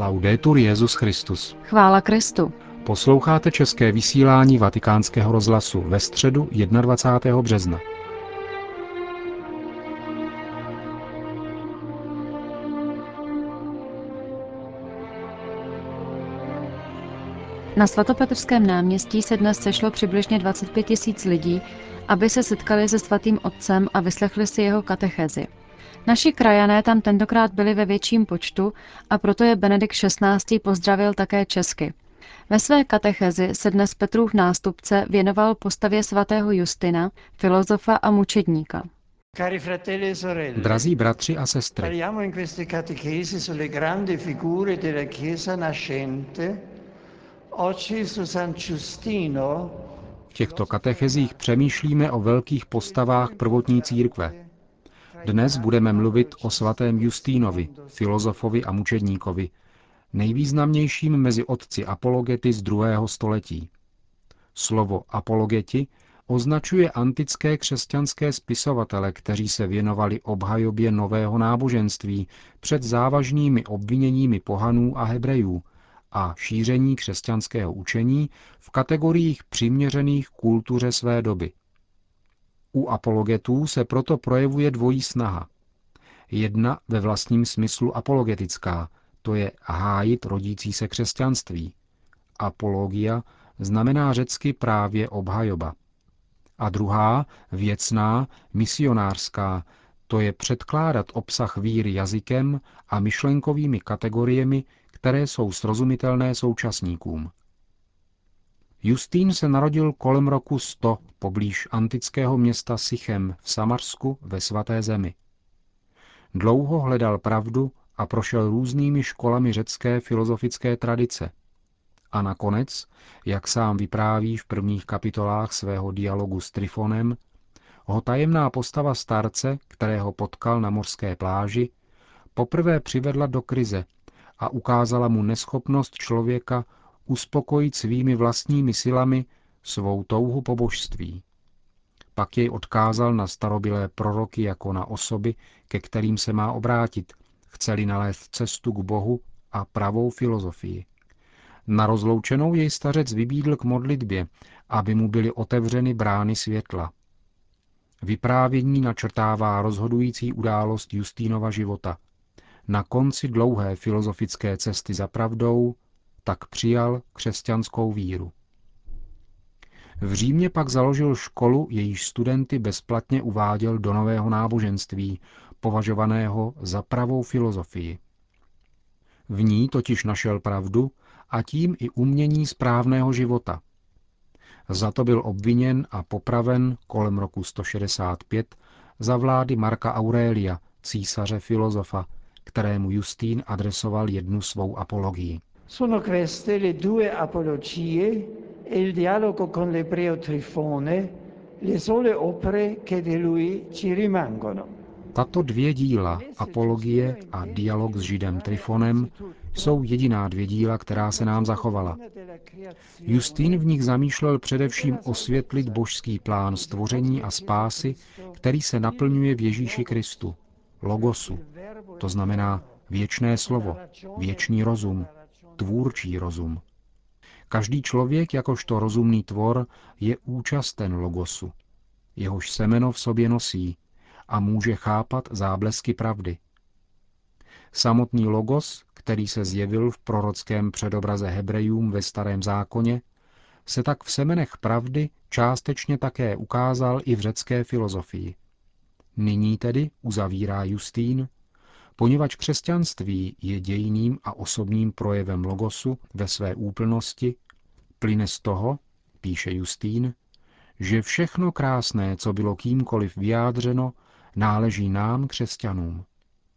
Laudetur Jesus Christus. Chvála Kristu. Posloucháte české vysílání Vatikánského rozhlasu ve středu 21. března. Na svatopetrském náměstí se dnes sešlo přibližně 25 000 lidí, aby se setkali se svatým otcem a vyslechli si jeho katechezi. Naši krajané tam tentokrát byli ve větším počtu a proto je Benedikt XVI. Pozdravil také česky. Ve své katechezi se dnes Petrův nástupce věnoval postavě svatého Justina, filozofa a mučedníka. Drazí bratři a sestry, v těchto katechezích přemýšlíme o velkých postavách prvotní církve. Dnes budeme mluvit o svatém Justínovi, filozofovi a mučedníkovi, nejvýznamnějším mezi otci apologety z 2. století. Slovo apologeti označuje antické křesťanské spisovatele, kteří se věnovali obhajobě nového náboženství před závažnými obviněními pohanů a Hebrejů a šíření křesťanského učení v kategoriích přiměřených kultuře své doby. U apologetů se proto projevuje dvojí snaha. Jedna ve vlastním smyslu apologetická, to je hájit rodící se křesťanství. Apologia znamená řecky právě obhajoba. A druhá, věcná, misionářská, to je předkládat obsah víry jazykem a myšlenkovými kategoriemi, které jsou srozumitelné současníkům. Justín se narodil kolem roku 100 poblíž antického města Sichem v Samarsku ve Svaté zemi. Dlouho hledal pravdu a prošel různými školami řecké filozofické tradice. A nakonec, jak sám vypráví v prvních kapitolách svého dialogu s Tryfonem, ho tajemná postava starce, kterého potkal na mořské pláži, poprvé přivedla do krize a ukázala mu neschopnost člověka uspokojit svými vlastními silami svou touhu po božství. Pak jej odkázal na starobylé proroky jako na osoby, ke kterým se má obrátit, chce-li nalézt cestu k Bohu a pravou filozofii. Na rozloučenou jej stařec vybídl k modlitbě, aby mu byly otevřeny brány světla. Vyprávění načrtává rozhodující událost Justínova života. Na konci dlouhé filozofické cesty za pravdou tak přijal křesťanskou víru. V Římě pak založil školu, jejíž studenty bezplatně uváděl do nového náboženství, považovaného za pravou filozofii. V ní totiž našel pravdu a tím i umění správného života. Za to byl obviněn a popraven kolem roku 165 za vlády Marka Aurelia, císaře filozofa, kterému Justín adresoval jednu svou apologii. Sono queste le due apologie e il dialogo con l'ebreo Trifone, le sole opere che di lui ci rimangono. Tato dvě díla, apologie a dialog s Židem Tryfonem, jsou jediná dvě díla, která se nám zachovala. Justín v nich zamýšlel především osvětlit božský plán stvoření a spásy, který se naplňuje v Ježíši Kristu, logosu, to znamená věčné slovo, věčný rozum, tvůrčí rozum. Každý člověk jakožto rozumný tvor je účasten logosu, jehož semeno v sobě nosí a může chápat záblesky pravdy. Samotný logos, který se zjevil v prorockém předobraze Hebrejům ve Starém zákoně, se tak v semenech pravdy částečně také ukázal i v řecké filozofii. Nyní tedy, uzavírá Justín, poněvadž křesťanství je dějným a osobním projevem logosu ve své úplnosti, plyne z toho, píše Justín, že všechno krásné, co bylo kýmkoliv vyjádřeno, náleží nám, křesťanům.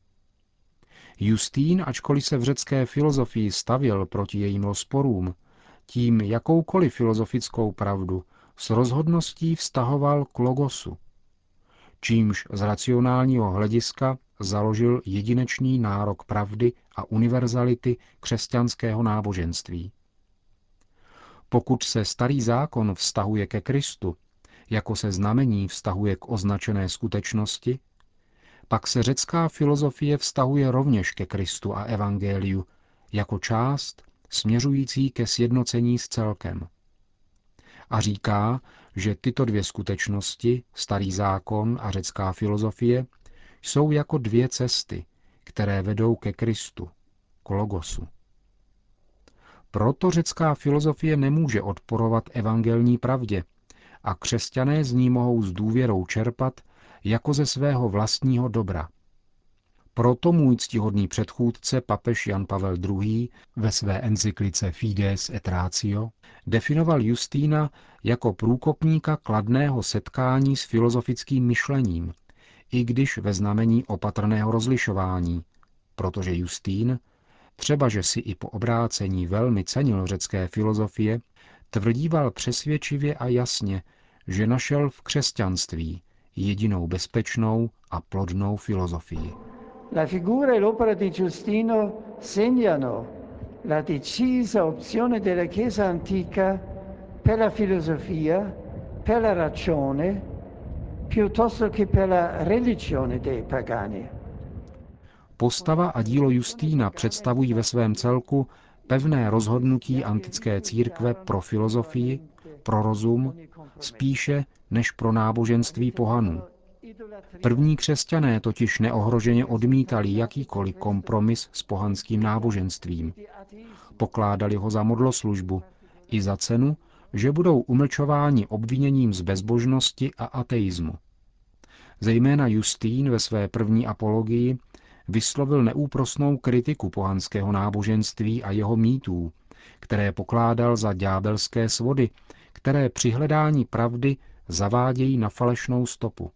Justín, ačkoliv se v řecké filozofii stavěl proti jejím rozporům, tím jakoukoliv filozofickou pravdu s rozhodností vztahoval k logosu, čímž z racionálního hlediska založil jedinečný nárok pravdy a univerzality křesťanského náboženství. Pokud se Starý zákon vztahuje ke Kristu, jako se znamení vztahuje k označené skutečnosti, pak se řecká filozofie vztahuje rovněž ke Kristu a evangeliu, jako část směřující ke sjednocení s celkem. A říká, že tyto dvě skutečnosti, Starý zákon a řecká filozofie, jsou jako dvě cesty, které vedou ke Kristu, k logosu. Proto řecká filozofie nemůže odporovat evangelní pravdě a křesťané z ní mohou s důvěrou čerpat jako ze svého vlastního dobra. Proto můj ctihodný předchůdce papež Jan Pavel II. Ve své encyklice Fides et Ratio definoval Justína jako průkopníka kladného setkání s filozofickým myšlením, i když ve znamení opatrného rozlišování, protože Justín, třebaže si i po obrácení velmi cenil řecké filozofie, tvrdíval přesvědčivě a jasně, že našel v křesťanství jedinou bezpečnou a plodnou filozofii. La figura e l'opera di Giustino segnano la decisa opzione della Chiesa antica per la filosofia, per la ragione, piuttosto che per la religione dei pagani. Postava a dílo Justína představují ve svém celku pevné rozhodnutí antické církve pro filozofii, pro rozum, spíše než pro náboženství pohanů. První křesťané totiž neohroženě odmítali jakýkoliv kompromis s pohanským náboženstvím. Pokládali ho za modloslužbu i za cenu, že budou umlčováni obviněním z bezbožnosti a ateismu. Zejména Justín ve své první apologii vyslovil neúprosnou kritiku pohanského náboženství a jeho mýtů, které pokládal za ďábelské svody, které při hledání pravdy zavádějí na falešnou stopu.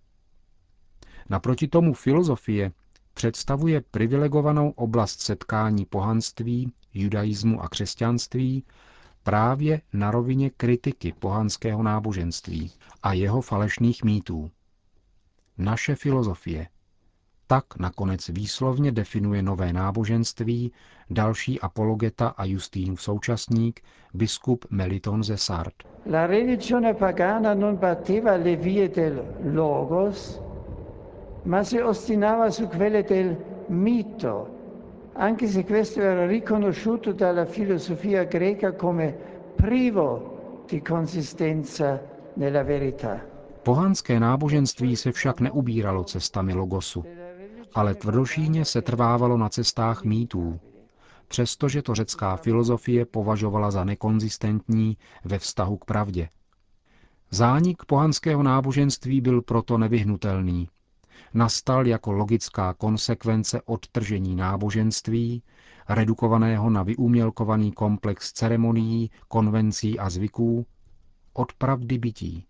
Naproti tomu filozofie představuje privilegovanou oblast setkání pohanství, judaismu a křesťanství právě na rovině kritiky pohanského náboženství a jeho falešných mýtů. Naše filozofie. Tak nakonec výslovně definuje nové náboženství další apologeta a Justínův současník, biskup Meliton ze Sardes. La religione pagana non batteva le vie del logos, ma si ostinava su quelle del mito, anche se questo era riconosciuto dalla filosofia greca come privo di consistenza nella verità. Pohanské náboženství se však neubíralo cestami logosu, ale tvrdošíjně se trvávalo na cestách mýtů, přestože to řecká filozofie považovala za nekonzistentní ve vztahu k pravdě. Zánik pohanského náboženství byl proto nevyhnutelný. Nastal jako logická konsekvence odtržení náboženství, redukovaného na vyumělkovaný komplex ceremonií, konvencí a zvyků, od pravdy bytí.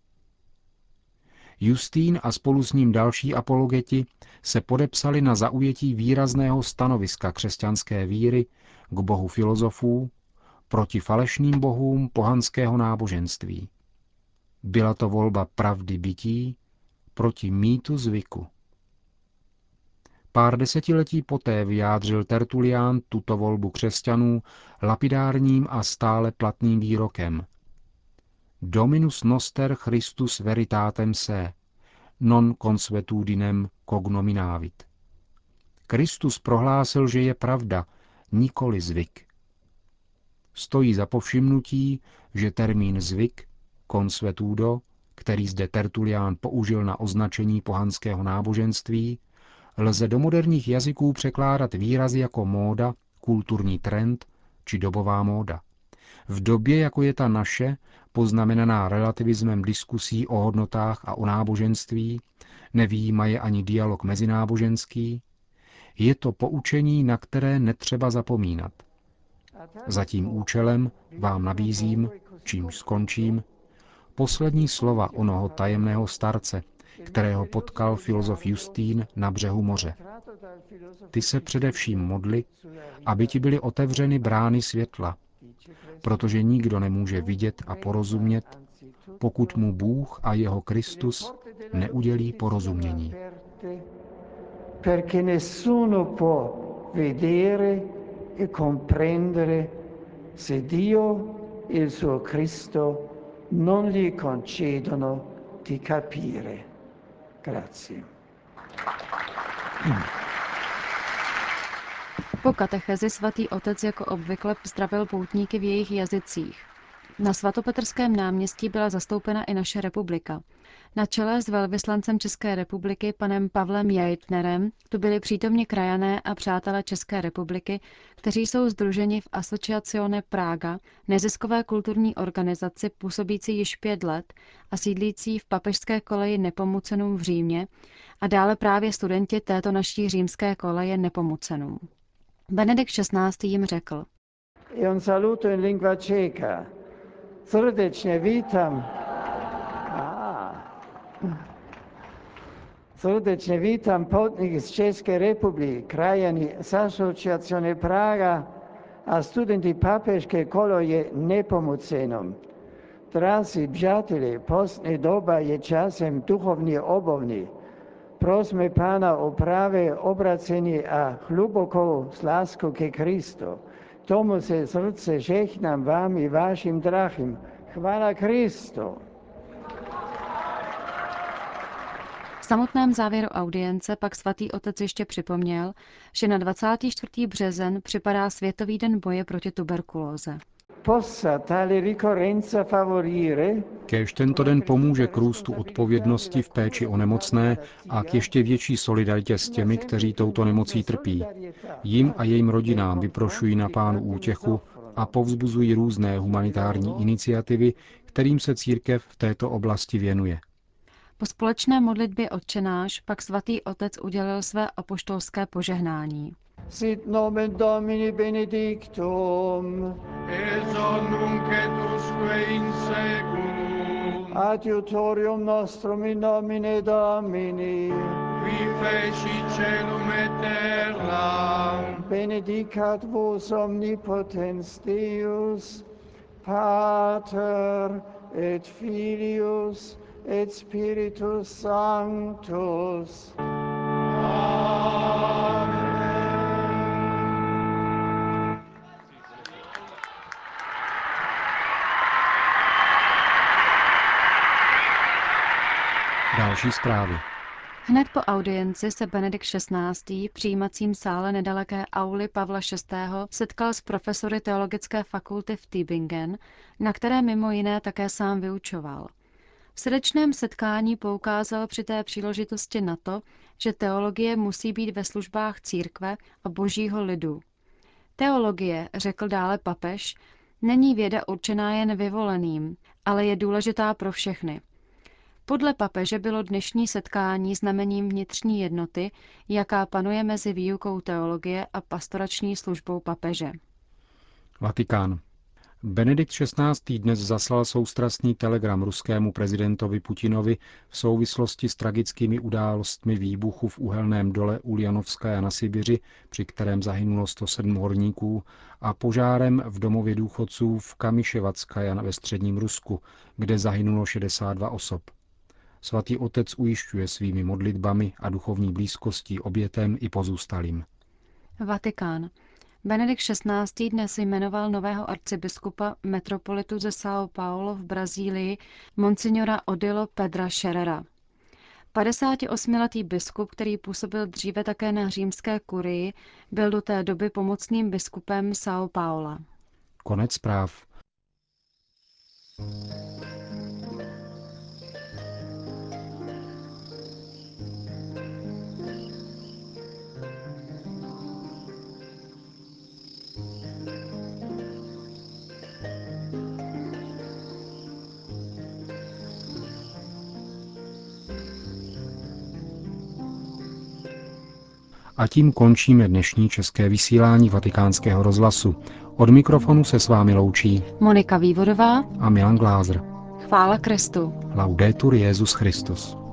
Justín a spolu s ním další apologeti se podepsali na zaujetí výrazného stanoviska křesťanské víry k bohu filozofů proti falešným bohům pohanského náboženství. Byla to volba pravdy bytí proti mýtu zvyku. Pár desetiletí poté vyjádřil Tertulián tuto volbu křesťanů lapidárním a stále platným výrokem: Dominus noster Christus veritatem se, non consuetudinem cognominavit. Kristus prohlásil, že je pravda, nikoli zvyk. Stojí za povšimnutí, že termín zvyk, consuetudo, který zde Tertulián použil na označení pohanského náboženství, lze do moderních jazyků překládat výrazy jako móda, kulturní trend či dobová móda. V době, jako je ta naše, poznamenaná relativismem diskusí o hodnotách a o náboženství, nevyjímaje ani dialog mezináboženský, je to poučení, na které netřeba zapomínat. Za tím účelem vám nabízím, čímž skončím, poslední slova onoho tajemného starce, kterého potkal filozof Justín na břehu moře. Ty se především modli, aby ti byly otevřeny brány světla, protože nikdo nemůže vidět a porozumět, pokud mu Bůh a jeho Kristus neudělí porozumění. Perché nessuno può vedere e comprendere se Dio e il suo Cristo non gli concedono di capire. Grazie. Po katechezi svatý otec jako obvykle zdravil poutníky v jejich jazycích. Na svatopetrském náměstí byla zastoupena i naše republika. Na čele s velvyslancem České republiky panem Pavlem Jajtnerem tu byli přítomni krajané a přátelé České republiky, kteří jsou sdruženi v Asociazione Praga, neziskové kulturní organizaci působící již 5 let a sídlící v papežské koleji Nepomucenum v Římě, a dále právě studenti této naší římské koleje Nepomucenum. Benedikt XVI. Jim řekl: Un saluto in lingua ceca. Srdečně vítám. Srdečně vítám poutníky z České republiky, krajany z Asociazione Praga a studenty papežské koleje Nepomucenum. Drazí přátelé, postní doba je časem duchovní obnovy. Prosme Pána o pravé obracení a hlubokou lásku ke Kristu. Tomu se srdce žehnám vám i vašim drahým. Chvála Kristu. V samotném závěru audience pak svatý otec ještě připomněl, že na 24. březen připadá Světový den boje proti tuberkulóze. Kéž tento den pomůže k růstu odpovědnosti v péči o nemocné a k ještě větší solidaritě s těmi, kteří touto nemocí trpí. Jim a jejím rodinám vyprošují na Pánu útěchu a povzbuzují různé humanitární iniciativy, kterým se církev v této oblasti věnuje. Po společné modlitbě Otčenáš pak svatý otec udělil své apoštolské požehnání. Sit nomen Domini benedictum, et nunc et usque in seculum, adiutorium nostrum in nomine Domini, qui feci celum et terra, benedicat vos omnipotens Deus, Pater et Filius et Spiritus Sanctus. Další zprávy. Hned po audienci se Benedikt XVI. V přijímacím sále nedaleké auly Pavla VI. Setkal s profesory teologické fakulty v Tübingen, na které mimo jiné také sám vyučoval. V srdečném setkání poukázal při té příležitosti na to, že teologie musí být ve službách církve a božího lidu. Teologie, řekl dále papež, není věda určená jen vyvoleným, ale je důležitá pro všechny. Podle papeže bylo dnešní setkání znamením vnitřní jednoty, jaká panuje mezi výukou teologie a pastorační službou papeže. Vatikán. Benedikt XVI. Dnes zaslal soustrastný telegram ruskému prezidentovi Putinovi v souvislosti s tragickými událostmi výbuchu v uhelném dole Uljanovskaja na Sibiři, při kterém zahynulo 107 horníků, a požárem v domově důchodců v Kamiševatskaja ve středním Rusku, kde zahynulo 62 osob. Svatý otec ujišťuje svými modlitbami a duchovní blízkostí obětem i pozůstalým. Vatikán. Benedikt XVI. Dnes jmenoval nového arcibiskupa metropolitu ze São Paulo v Brazílii monsignora Odilo Pedra Scherera. 58letý biskup, který působil dříve také na římské kurii, byl do té doby pomocným biskupem São Paula. Konec zpráv. A tím končíme dnešní české vysílání Vatikánského rozhlasu. Od mikrofonu se s vámi loučí Monika Vývodová a Milan Glázer. Chvála Kristu. Laudetur Jesus Christus.